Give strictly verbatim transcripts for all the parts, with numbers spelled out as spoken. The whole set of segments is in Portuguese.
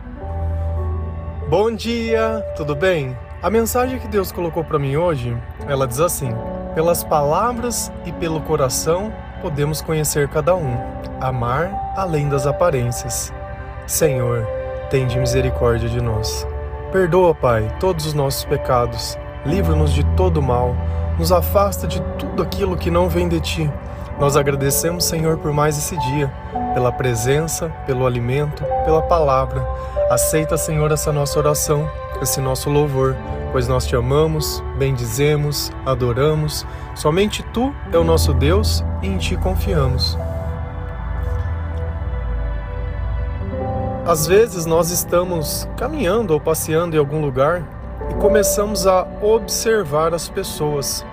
Bom dia, tudo bem? A mensagem que Deus colocou para mim hoje, ela diz assim: pelas palavras e pelo coração podemos conhecer cada um, amar além das aparências. Senhor, tende misericórdia de nós. Perdoa, Pai, todos os nossos pecados, livra-nos de todo mal, nos afasta de tudo aquilo que não vem de Ti. Nós agradecemos, Senhor, por mais esse dia, pela presença, pelo alimento, pela palavra. Aceita, Senhor, essa nossa oração, esse nosso louvor, pois nós Te amamos, bendizemos, adoramos. Somente Tu é o nosso Deus e em Ti confiamos. Às vezes nós estamos caminhando ou passeando em algum lugar e começamos a observar as pessoas.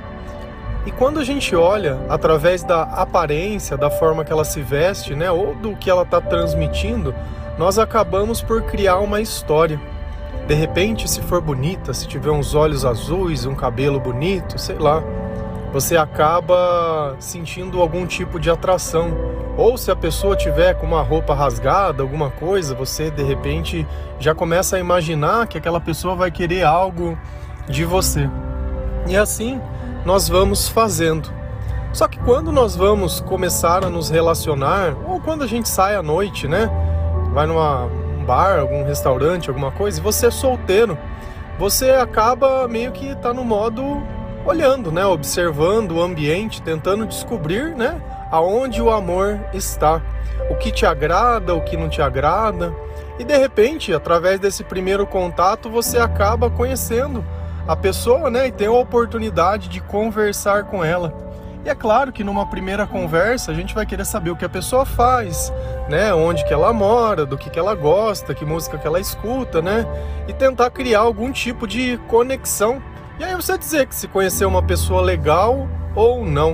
E quando a gente olha através da aparência, da forma que ela se veste, né, ou do que ela está transmitindo, nós acabamos por criar uma história. De repente, se for bonita, se tiver uns olhos azuis, um cabelo bonito, sei lá, você acaba sentindo algum tipo de atração. Ou se a pessoa tiver com uma roupa rasgada, alguma coisa, você de repente já começa a imaginar que aquela pessoa vai querer algo de você. E assim nós vamos fazendo. Só que quando nós vamos começar a nos relacionar, ou quando a gente sai à noite, né? Vai numa um bar, algum restaurante, alguma coisa, e você é solteiro, você acaba meio que tá no modo olhando, né? Observando o ambiente, tentando descobrir, né? Aonde o amor está, o que te agrada, o que não te agrada. E de repente, através desse primeiro contato, você acaba conhecendo a pessoa, né? E tem a oportunidade de conversar com ela. E é claro que numa primeira conversa a gente vai querer saber o que a pessoa faz, né? Onde que ela mora, do que que ela gosta, que música que ela escuta, né? E tentar criar algum tipo de conexão. E aí você dizer que se conheceu uma pessoa legal ou não.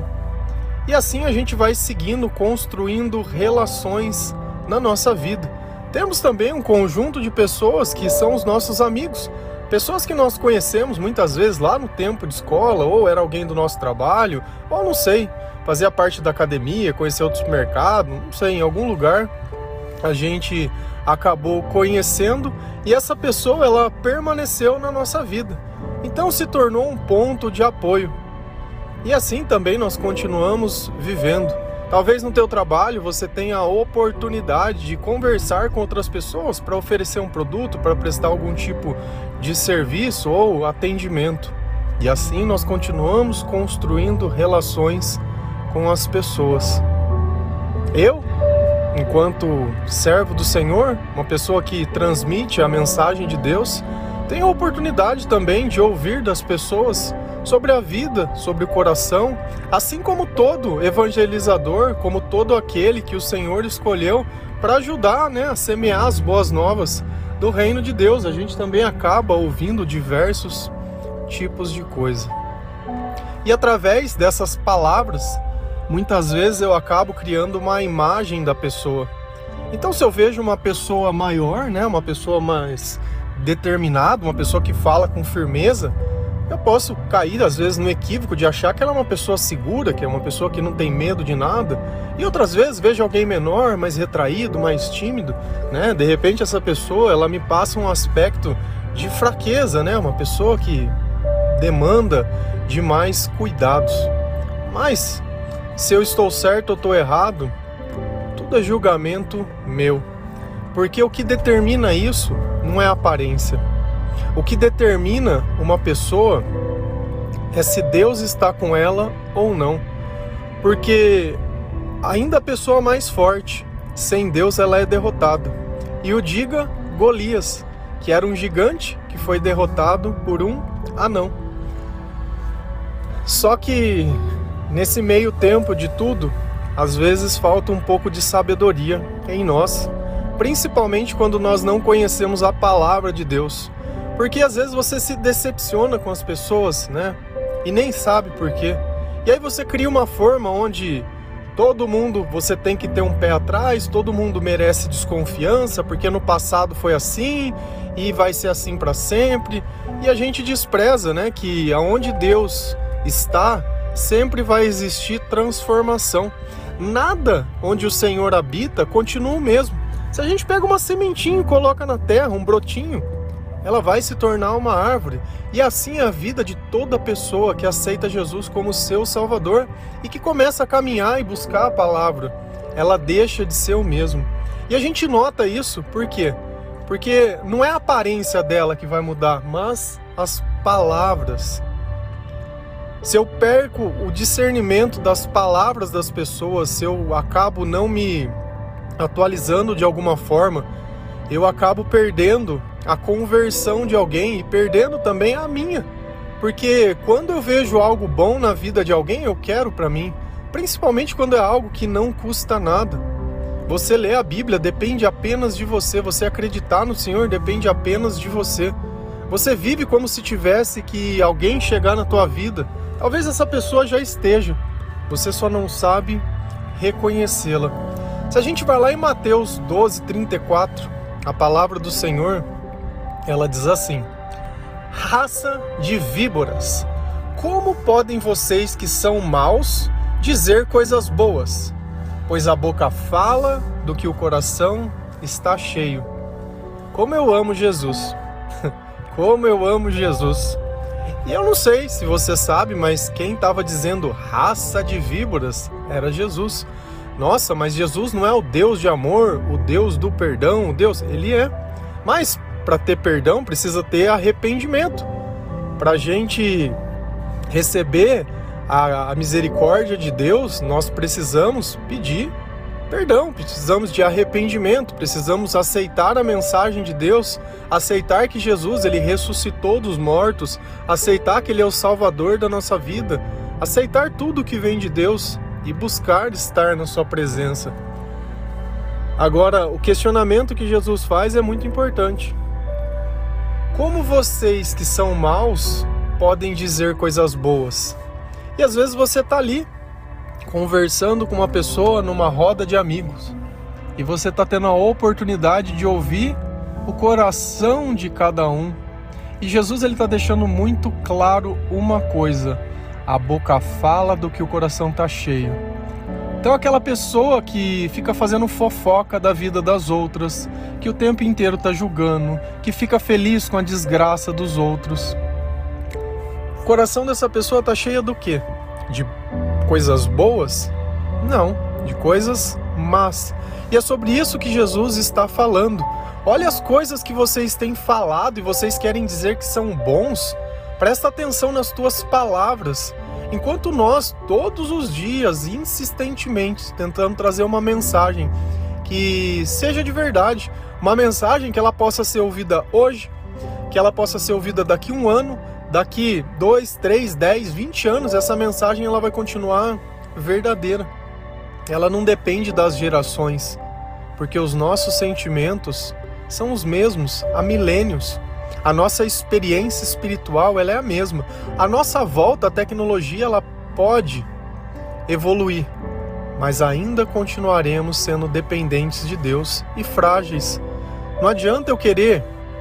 E assim a gente vai seguindo, construindo relações na nossa vida. Temos também um conjunto de pessoas que são os nossos amigos. Pessoas que nós conhecemos muitas vezes lá no tempo de escola, ou era alguém do nosso trabalho, ou não sei, fazia parte da academia, conhecer outro supermercado, não sei, em algum lugar a gente acabou conhecendo e essa pessoa ela permaneceu na nossa vida. Então se tornou um ponto de apoio. E assim também nós continuamos vivendo. Talvez no teu trabalho você tenha a oportunidade de conversar com outras pessoas para oferecer um produto, para prestar algum tipo de serviço ou atendimento. E assim nós continuamos construindo relações com as pessoas. Eu, enquanto servo do Senhor, uma pessoa que transmite a mensagem de Deus, tenho a oportunidade também de ouvir das pessoas sobre a vida, sobre o coração, assim como todo evangelizador, como todo aquele que o Senhor escolheu para ajudar, né, a semear as boas novas do reino de Deus. A gente também acaba ouvindo diversos tipos de coisa. E através dessas palavras, muitas vezes eu acabo criando uma imagem da pessoa. Então se eu vejo uma pessoa maior, né, uma pessoa mais determinada, uma pessoa que fala com firmeza, eu posso cair às vezes no equívoco de achar que ela é uma pessoa segura, que é uma pessoa que não tem medo de nada. E outras vezes vejo alguém menor, mais retraído, mais tímido, né? De repente essa pessoa, ela me passa um aspecto de fraqueza, né? Uma pessoa que demanda de mais cuidados. Mas se eu estou certo ou estou errado, tudo é julgamento meu. Porque o que determina isso não é a aparência. O que determina uma pessoa é se Deus está com ela ou não. Porque ainda a pessoa mais forte, sem Deus ela é derrotada. E o diga Golias, que era um gigante que foi derrotado por um anão. Só que nesse meio tempo de tudo, às vezes falta um pouco de sabedoria em nós. Principalmente quando nós não conhecemos a palavra de Deus. Porque às vezes você se decepciona com as pessoas, né? E nem sabe por quê. E aí você cria uma forma onde todo mundo, você tem que ter um pé atrás, todo mundo merece desconfiança, porque no passado foi assim e vai ser assim para sempre. E a gente despreza, né? Que aonde Deus está, sempre vai existir transformação. Nada onde o Senhor habita continua o mesmo. Se a gente pega uma sementinha e coloca na terra, um brotinho, ela vai se tornar uma árvore. E assim é a vida de toda pessoa que aceita Jesus como seu Salvador e que começa a caminhar e buscar a palavra. Ela deixa de ser o mesmo. E a gente nota isso, por quê? Porque não é a aparência dela que vai mudar, mas as palavras. Se eu perco o discernimento das palavras das pessoas, se eu acabo não me atualizando de alguma forma, eu acabo perdendo a conversão de alguém e perdendo também a minha. Porque quando eu vejo algo bom na vida de alguém, eu quero para mim, principalmente quando é algo que não custa nada. Você ler a Bíblia depende apenas de você, você acreditar no Senhor depende apenas de você. Você vive como se tivesse que alguém chegar na tua vida. Talvez essa pessoa já esteja, você só não sabe reconhecê-la. Se a gente vai lá em Mateus doze, trinta e quatro, a palavra do Senhor, ela diz assim: raça de víboras, como podem vocês que são maus dizer coisas boas? Pois a boca fala do que o coração está cheio. Como eu amo Jesus! Como eu amo Jesus! E eu não sei se você sabe, mas quem estava dizendo raça de víboras era Jesus. Nossa, mas Jesus não é o Deus de amor, o Deus do perdão, o Deus... Ele é. Mas para ter perdão precisa ter arrependimento. Para a gente receber a, a misericórdia de Deus, nós precisamos pedir perdão, precisamos de arrependimento, precisamos aceitar a mensagem de Deus, aceitar que Jesus ele ressuscitou dos mortos, aceitar que Ele é o Salvador da nossa vida, aceitar tudo que vem de Deus e buscar estar na sua presença. Agora, o questionamento que Jesus faz é muito importante. Como vocês que são maus podem dizer coisas boas? E às vezes você está ali, conversando com uma pessoa numa roda de amigos, e você está tendo a oportunidade de ouvir o coração de cada um. E Jesus ele está deixando muito claro uma coisa: a boca fala do que o coração está cheio. Então aquela pessoa que fica fazendo fofoca da vida das outras, que o tempo inteiro está julgando, que fica feliz com a desgraça dos outros, o coração dessa pessoa está cheio do quê? De coisas boas? Não, de coisas más. E é sobre isso que Jesus está falando. Olha as coisas que vocês têm falado e vocês querem dizer que são bons. Presta atenção nas tuas palavras. Enquanto nós, todos os dias, insistentemente, tentamos trazer uma mensagem que seja de verdade, uma mensagem que ela possa ser ouvida hoje, que ela possa ser ouvida daqui a um ano, daqui dois, três, dez, vinte anos, essa mensagem ela vai continuar verdadeira. Ela não depende das gerações, porque os nossos sentimentos são os mesmos há milênios. A nossa experiência espiritual ela é a mesma. A nossa volta à tecnologia ela pode evoluir, mas ainda continuaremos sendo dependentes de Deus e frágeis. Não adianta eu querer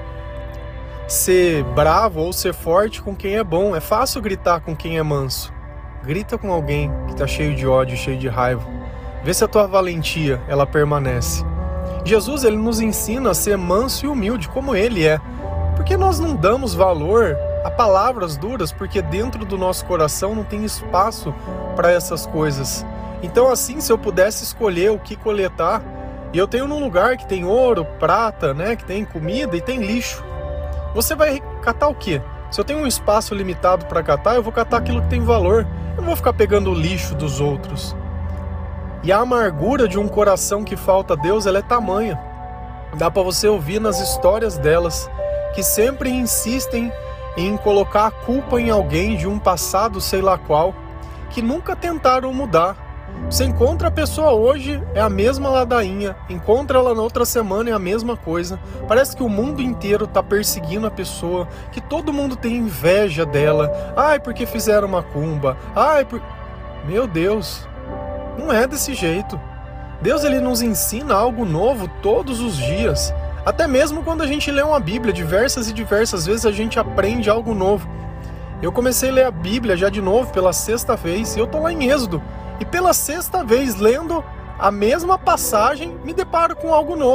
ser bravo ou ser forte com quem é bom. É fácil gritar com quem é manso. Grita com alguém que está cheio de ódio, cheio de raiva. Vê se a tua valentia ela permanece. Jesus ele nos ensina a ser manso e humilde como Ele é. Porque nós não damos valor a palavras duras, porque dentro do nosso coração não tem espaço para essas coisas. Então assim, se eu pudesse escolher o que coletar, e eu tenho num lugar que tem ouro, prata, né, que tem comida e tem lixo, você vai catar o quê? Se eu tenho um espaço limitado para catar, eu vou catar aquilo que tem valor. Eu não vou ficar pegando o lixo dos outros. E a amargura de um coração que falta a Deus, ela é tamanha. Dá para você ouvir nas histórias delas, que sempre insistem em colocar a culpa em alguém de um passado sei lá qual, que nunca tentaram mudar. Você encontra a pessoa hoje, é a mesma ladainha, encontra ela na outra semana, é a mesma coisa. Parece que o mundo inteiro está perseguindo a pessoa, que todo mundo tem inveja dela. Ai, porque fizeram macumba. Ai, por... Meu Deus, não é desse jeito. Deus ele nos ensina algo novo todos os dias. Até mesmo quando a gente lê uma Bíblia, diversas e diversas vezes a gente aprende algo novo. Eu comecei a ler a Bíblia já de novo pela sexta vez, e eu tô lá em Êxodo. E pela sexta vez, lendo a mesma passagem, me deparo com algo novo.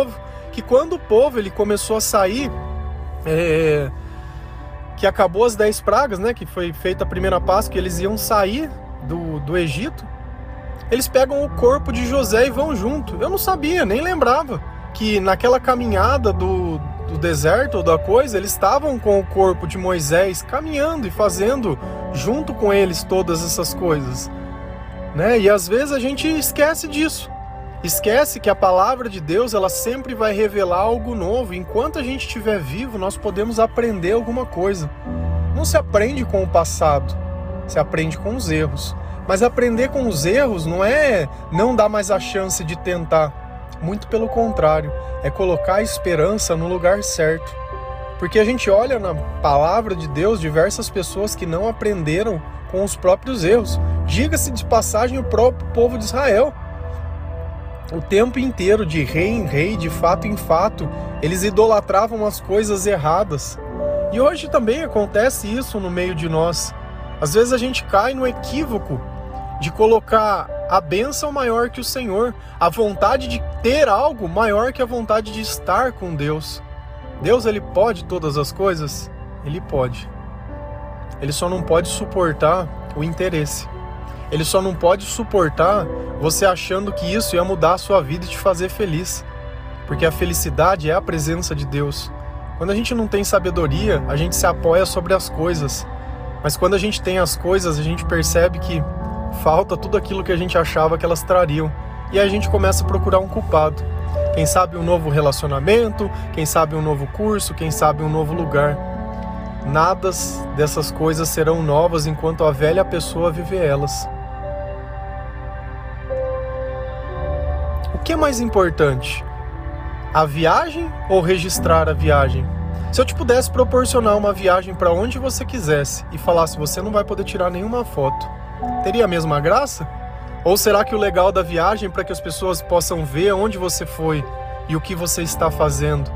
que quando o povo ele começou a sair, é, que acabou as dez pragas, né, que foi feita a primeira Páscoa, que eles iam sair do, do Egito, eles pegam o corpo de José e vão junto. Eu não sabia, nem lembrava que naquela caminhada do, do deserto ou da coisa, eles estavam com o corpo de Moisés caminhando e fazendo junto com eles todas essas coisas, né? E às vezes a gente esquece disso. Esquece que a palavra de Deus, ela sempre vai revelar algo novo. Enquanto a gente estiver vivo, nós podemos aprender alguma coisa. Não se aprende com o passado, se aprende com os erros. Mas aprender com os erros não é não dar mais a chance de tentar. Muito pelo contrário, é colocar a esperança no lugar certo. Porque a gente olha na palavra de Deus diversas pessoas que não aprenderam com os próprios erros. Diga-se de passagem, o próprio povo de Israel. O tempo inteiro, de rei em rei, de fato em fato, eles idolatravam as coisas erradas. E hoje também acontece isso no meio de nós. Às vezes a gente cai no equívoco de colocar a bênção maior que o Senhor, a vontade de ter algo maior que a vontade de estar com Deus. Deus, ele pode todas as coisas? Ele pode. Ele só não pode suportar o interesse. Ele só não pode suportar você achando que isso ia mudar a sua vida e te fazer feliz. Porque a felicidade é a presença de Deus. Quando a gente não tem sabedoria, a gente se apoia sobre as coisas. Mas quando a gente tem as coisas, a gente percebe que falta tudo aquilo que a gente achava que elas trariam. E aí a gente começa a procurar um culpado. Quem sabe um novo relacionamento, quem sabe um novo curso, quem sabe um novo lugar. Nada dessas coisas serão novas enquanto a velha pessoa viver elas. O que é mais importante? A viagem ou registrar a viagem? Se eu te pudesse proporcionar uma viagem para onde você quisesse e falasse você não vai poder tirar nenhuma foto, teria a mesma graça? Ou será que o legal da viagem é para que as pessoas possam ver onde você foi e o que você está fazendo?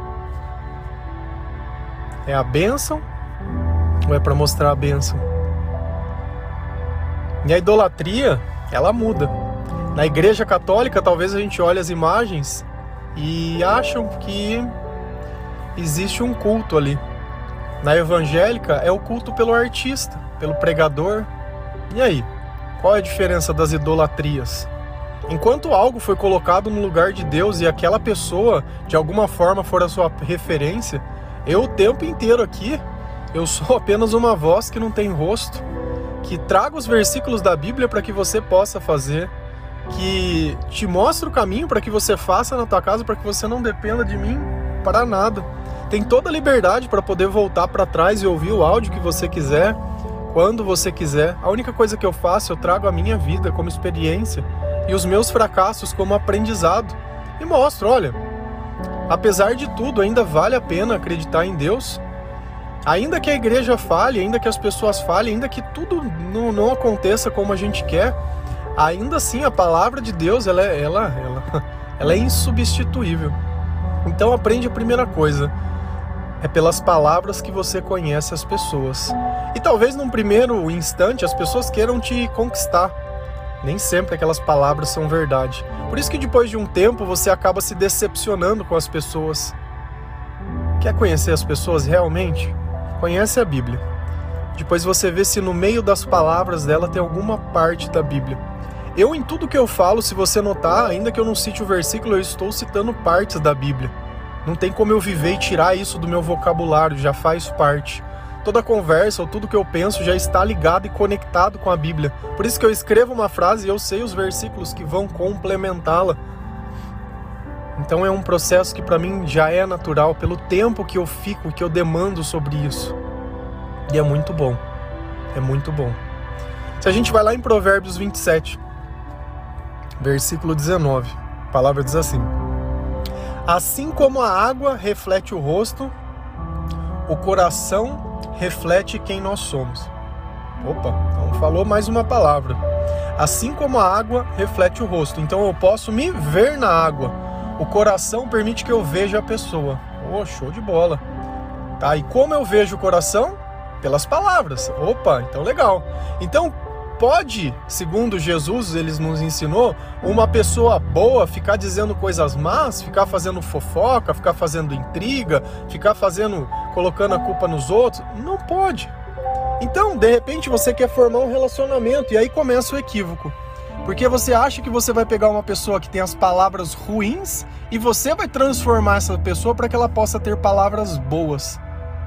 É a bênção ou é para mostrar a bênção? E a idolatria, ela muda. Na Igreja Católica, talvez a gente olhe as imagens e acham que existe um culto ali. Na evangélica, é o culto pelo artista, pelo pregador. E aí? Qual é a diferença das idolatrias? Enquanto algo foi colocado no lugar de Deus e aquela pessoa, de alguma forma, for a sua referência, eu o tempo inteiro aqui, eu sou apenas uma voz que não tem rosto, que traga os versículos da Bíblia para que você possa fazer, que te mostra o caminho para que você faça na tua casa, para que você não dependa de mim para nada. Tem toda a liberdade para poder voltar para trás e ouvir o áudio que você quiser, quando você quiser. A única coisa que eu faço, eu trago a minha vida como experiência e os meus fracassos como aprendizado e mostro, olha, apesar de tudo, ainda vale a pena acreditar em Deus. Ainda que a igreja falhe, ainda que as pessoas falhem, ainda que tudo não, não aconteça como a gente quer, ainda assim a palavra de Deus ela, ela, ela, ela é insubstituível. Então aprende a primeira coisa. É pelas palavras que você conhece as pessoas. E talvez num primeiro instante as pessoas queiram te conquistar. Nem sempre aquelas palavras são verdade. Por isso que depois de um tempo você acaba se decepcionando com as pessoas. Quer conhecer as pessoas realmente? Conhece a Bíblia. Depois você vê se no meio das palavras dela tem alguma parte da Bíblia. Eu, em tudo que eu falo, se você notar, ainda que eu não cite o versículo, eu estou citando partes da Bíblia. Não tem como eu viver e tirar isso do meu vocabulário, já faz parte. Toda conversa ou tudo que eu penso já está ligado e conectado com a Bíblia. Por isso que eu escrevo uma frase e eu sei os versículos que vão complementá-la. Então é um processo que para mim já é natural, pelo tempo que eu fico, que eu demando sobre isso. E é muito bom. É muito bom. Se a gente vai lá em Provérbios vinte e sete, versículo dezenove, a palavra diz assim: assim como a água reflete o rosto, o coração reflete quem nós somos. Opa, então falou mais uma palavra. Assim como a água reflete o rosto, então eu posso me ver na água. O coração permite que eu veja a pessoa. Oh, show de bola. Tá, e como eu vejo o coração? Pelas palavras. Opa, então legal. Então, pode, segundo Jesus, eles nos ensinou, uma pessoa boa ficar dizendo coisas más, ficar fazendo fofoca, ficar fazendo intriga, ficar fazendo, colocando a culpa nos outros? Não pode. Então, de repente, você quer formar um relacionamento e aí começa o equívoco. Porque você acha que você vai pegar uma pessoa que tem as palavras ruins e você vai transformar essa pessoa para que ela possa ter palavras boas.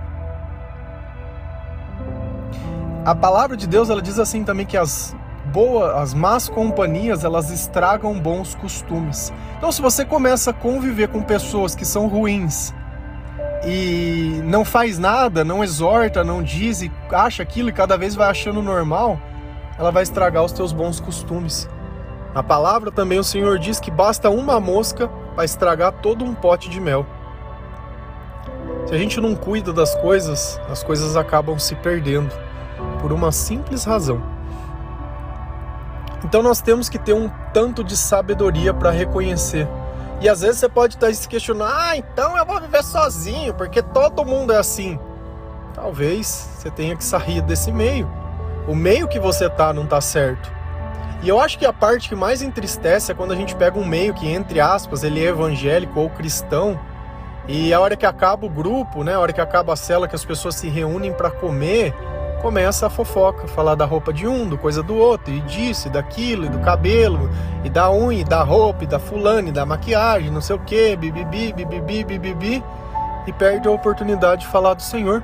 A palavra de Deus, ela diz assim também que as boas, as más companhias, elas estragam bons costumes. Então, se você começa a conviver com pessoas que são ruins e não faz nada, não exorta, não diz e acha aquilo e cada vez vai achando normal, ela vai estragar os teus bons costumes. Na palavra também o Senhor diz que basta uma mosca para estragar todo um pote de mel. Se a gente não cuida das coisas, as coisas acabam se perdendo, por uma simples razão. Então nós temos que ter um tanto de sabedoria para reconhecer. E às vezes você pode estar se questionando, ah, então eu vou viver sozinho, porque todo mundo é assim. Talvez você tenha que sair desse meio. O meio que você está não está certo. E eu acho que a parte que mais entristece é quando a gente pega um meio que, entre aspas, ele é evangélico ou cristão, e a hora que acaba o grupo, né, a hora que acaba a cela, que as pessoas se reúnem para comer, começa a fofoca, falar da roupa de um, do coisa do outro, e disso, e daquilo, e do cabelo, e da unha, e da roupa, e da fulana, e da maquiagem, não sei o que, bibibi, bibibi, bibibi, e perde a oportunidade de falar do Senhor.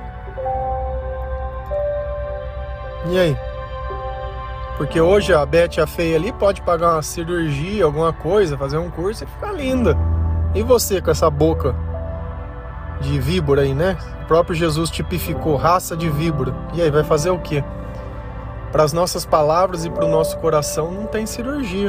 E aí? Porque hoje a Beth, a feia ali, pode pagar uma cirurgia, alguma coisa, fazer um curso e ficar linda. E você com essa boca de víbora aí, né? O próprio Jesus tipificou raça de víbora. E aí, vai fazer o quê? Para as nossas palavras e para o nosso coração não tem cirurgia.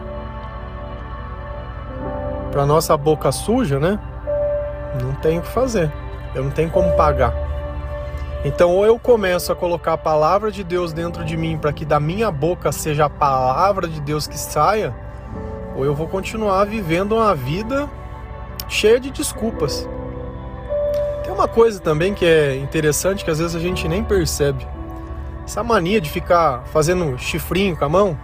Para a nossa boca suja, né? Não tem o que fazer. Eu não tenho como pagar. Então, ou eu começo a colocar a palavra de Deus dentro de mim para que da minha boca seja a palavra de Deus que saia, ou eu vou continuar vivendo uma vida cheia de desculpas. Tem uma coisa também que é interessante, que às vezes a gente nem percebe. Essa mania de ficar fazendo chifrinho com a mão,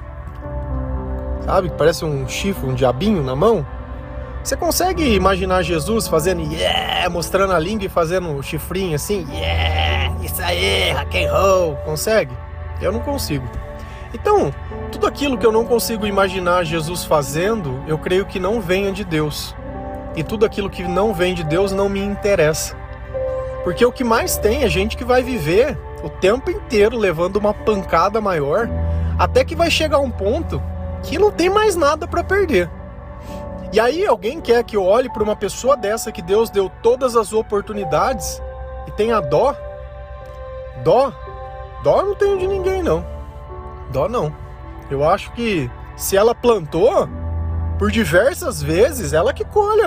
sabe? Parece um chifre, um diabinho na mão. Você consegue imaginar Jesus fazendo yeah, mostrando a língua e fazendo um chifrinho assim, yeah, isso aí, rock and roll, consegue? Eu não consigo. Então, tudo aquilo que eu não consigo imaginar Jesus fazendo, eu creio que não venha de Deus. E tudo aquilo que não vem de Deus não me interessa. Porque o que mais tem é gente que vai viver o tempo inteiro levando uma pancada maior, até que vai chegar um ponto que não tem mais nada para perder. E aí alguém quer que eu olhe para uma pessoa dessa que Deus deu todas as oportunidades e tenha dó? Dó? Dó eu não tenho de ninguém, não. Dó não. Eu acho que se ela plantou, por diversas vezes, ela que colha.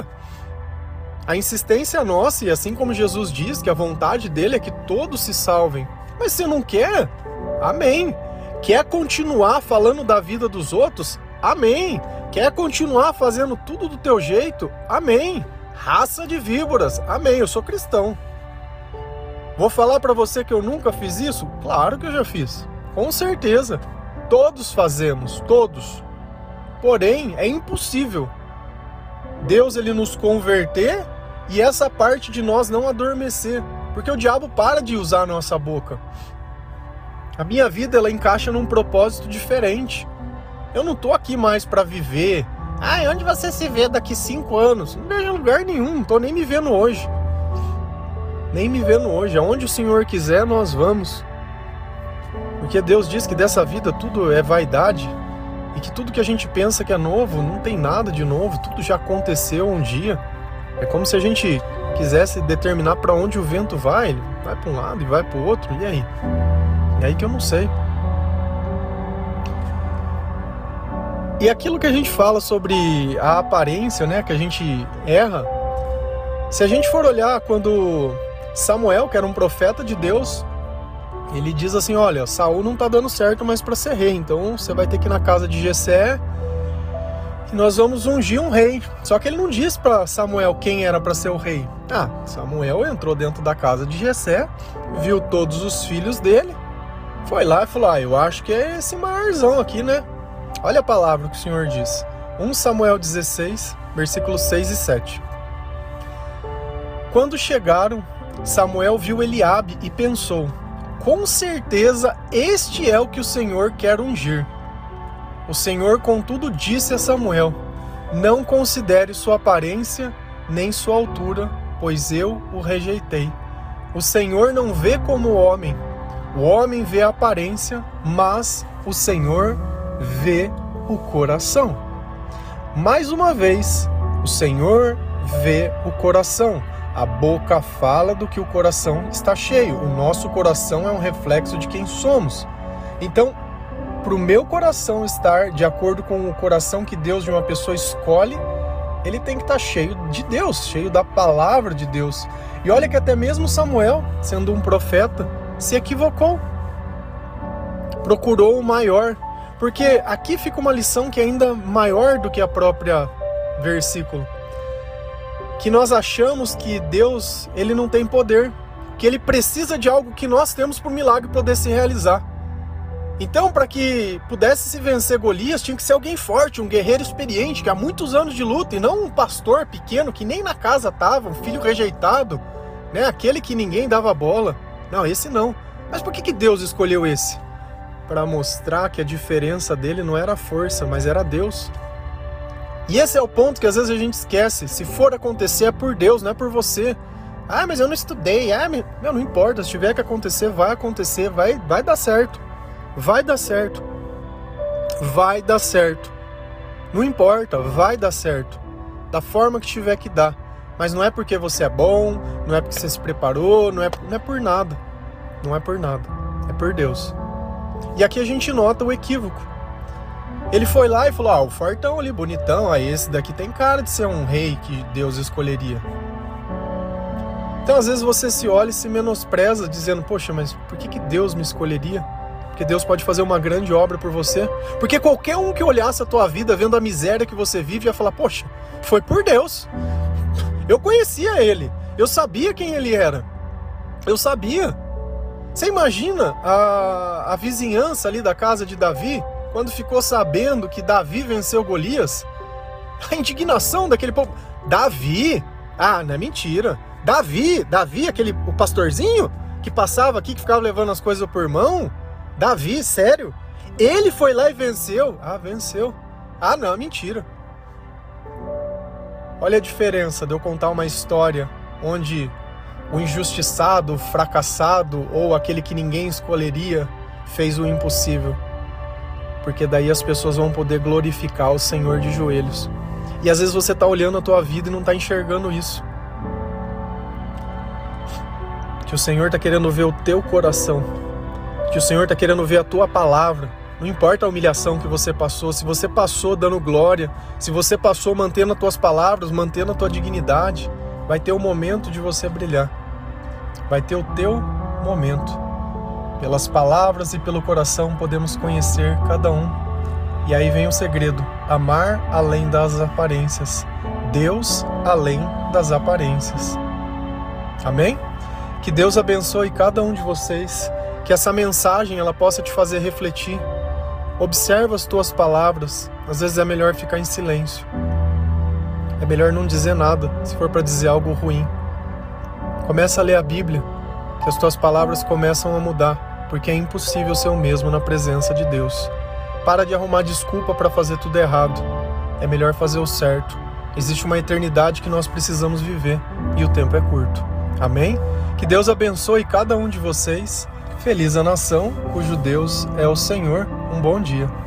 A insistência nossa, e assim como Jesus diz que a vontade dele é que todos se salvem. Mas se não quer, amém. Quer continuar falando da vida dos outros? Amém. Quer continuar fazendo tudo do teu jeito? Amém. Raça de víboras? Amém. Eu sou cristão. Vou falar para você que eu nunca fiz isso? Claro que eu já fiz. Com certeza. Todos fazemos, todos. Porém, é impossível Deus ele nos converter e essa parte de nós não adormecer. Porque o diabo para de usar a nossa boca. A minha vida ela encaixa num propósito diferente. Eu não tô aqui mais para viver. Ah, onde você se vê daqui cinco anos? Não vejo lugar nenhum, não tô nem me vendo hoje. Nem me vendo hoje. Aonde o Senhor quiser, nós vamos. Porque Deus diz que dessa vida tudo é vaidade. E que tudo que a gente pensa que é novo, não tem nada de novo. Tudo já aconteceu um dia. É como se a gente quisesse determinar para onde o vento vai. Ele vai para um lado e vai para o outro. E aí? É aí que eu não sei. E aquilo que a gente fala sobre a aparência, né, que a gente erra, se a gente for olhar quando Samuel, que era um profeta de Deus, ele diz assim, olha, Saul não tá dando certo mais para ser rei, então você vai ter que ir na casa de Jessé e nós vamos ungir um rei. Só que ele não diz para Samuel quem era para ser o rei. Ah, Samuel entrou dentro da casa de Jessé, viu todos os filhos dele, foi lá e falou, ah, eu acho que é esse maiorzão aqui, né? Olha a palavra que o Senhor diz. Primeiro Samuel dezesseis, versículos seis e sete. Quando chegaram, Samuel viu Eliabe e pensou, com certeza este é o que o Senhor quer ungir. O Senhor, contudo, disse a Samuel, não considere sua aparência nem sua altura, pois eu o rejeitei. O Senhor não vê como o homem. O homem vê a aparência, mas o Senhor vê o coração. Mais uma vez, o Senhor vê o coração. A boca fala do que o coração está cheio. O nosso coração é um reflexo de quem somos. Então, para o meu coração estar de acordo com o coração que Deus de uma pessoa escolhe, ele tem que estar cheio de Deus, cheio da palavra de Deus. E olha que até mesmo Samuel, sendo um profeta, se equivocou. Procurou o maior. Porque aqui fica uma lição que é ainda maior do que a própria versículo. Que nós achamos que Deus, ele não tem poder, que ele precisa de algo que nós temos para o milagre poder se realizar. Então, para que pudesse se vencer Golias, tinha que ser alguém forte, um guerreiro experiente, que há muitos anos de luta, e não um pastor pequeno que nem na casa estava, um filho rejeitado, né? Aquele que ninguém dava bola. Não, esse não. Mas por que que Deus escolheu esse? Para mostrar que a diferença dele não era a força, mas era Deus. E esse é o ponto que às vezes a gente esquece. Se for acontecer é por Deus, não é por você. Ah, mas eu não estudei. Ah, meu, não importa. Se tiver que acontecer, vai acontecer. Vai, vai dar certo. Vai dar certo. Vai dar certo. Não importa, vai dar certo. Da forma que tiver que dar. Mas não é porque você é bom, não é porque você se preparou, não é, não é por nada. Não é por nada. É por Deus. E aqui a gente nota o equívoco. Ele foi lá e falou, ah, o fortão ali, bonitão, ah, esse daqui tem cara de ser um rei que Deus escolheria. Então às vezes você se olha e se menospreza, dizendo, poxa, mas por que que Deus me escolheria? Porque Deus pode fazer uma grande obra por você. Porque qualquer um que olhasse a tua vida, vendo a miséria que você vive, ia falar, poxa, foi por Deus. Eu conhecia ele, eu sabia quem ele era. Eu sabia. Você imagina a, a vizinhança ali da casa de Davi, quando ficou sabendo que Davi venceu Golias? A indignação daquele povo. Davi? Ah, não é mentira. Davi? Davi, aquele o pastorzinho que passava aqui, que ficava levando as coisas por mão? Davi, sério? Ele foi lá e venceu? Ah, venceu. Ah, não, mentira. Olha a diferença de eu contar uma história onde o injustiçado, o fracassado ou aquele que ninguém escolheria fez o impossível. Porque daí as pessoas vão poder glorificar o Senhor de joelhos. E às vezes você está olhando a tua vida e não está enxergando isso. Que o Senhor está querendo ver o teu coração. Que o Senhor está querendo ver a tua palavra. Não importa a humilhação que você passou, se você passou dando glória, se você passou mantendo as tuas palavras, mantendo a tua dignidade, vai ter o momento de você brilhar. Vai ter o teu momento. Pelas palavras e pelo coração podemos conhecer cada um. E aí vem o segredo: amar além das aparências, Deus além das aparências. Amém? Que Deus abençoe cada um de vocês, que essa mensagem ela possa te fazer refletir. Observa as tuas palavras. Às vezes é melhor ficar em silêncio. É melhor não dizer nada, se for para dizer algo ruim. Começa a ler a Bíblia, que as tuas palavras começam a mudar, porque é impossível ser o mesmo na presença de Deus. Para de arrumar desculpa para fazer tudo errado. É melhor fazer o certo. Existe uma eternidade que nós precisamos viver, e o tempo é curto. Amém? Que Deus abençoe cada um de vocês. Feliz a nação cujo Deus é o Senhor. Um bom dia.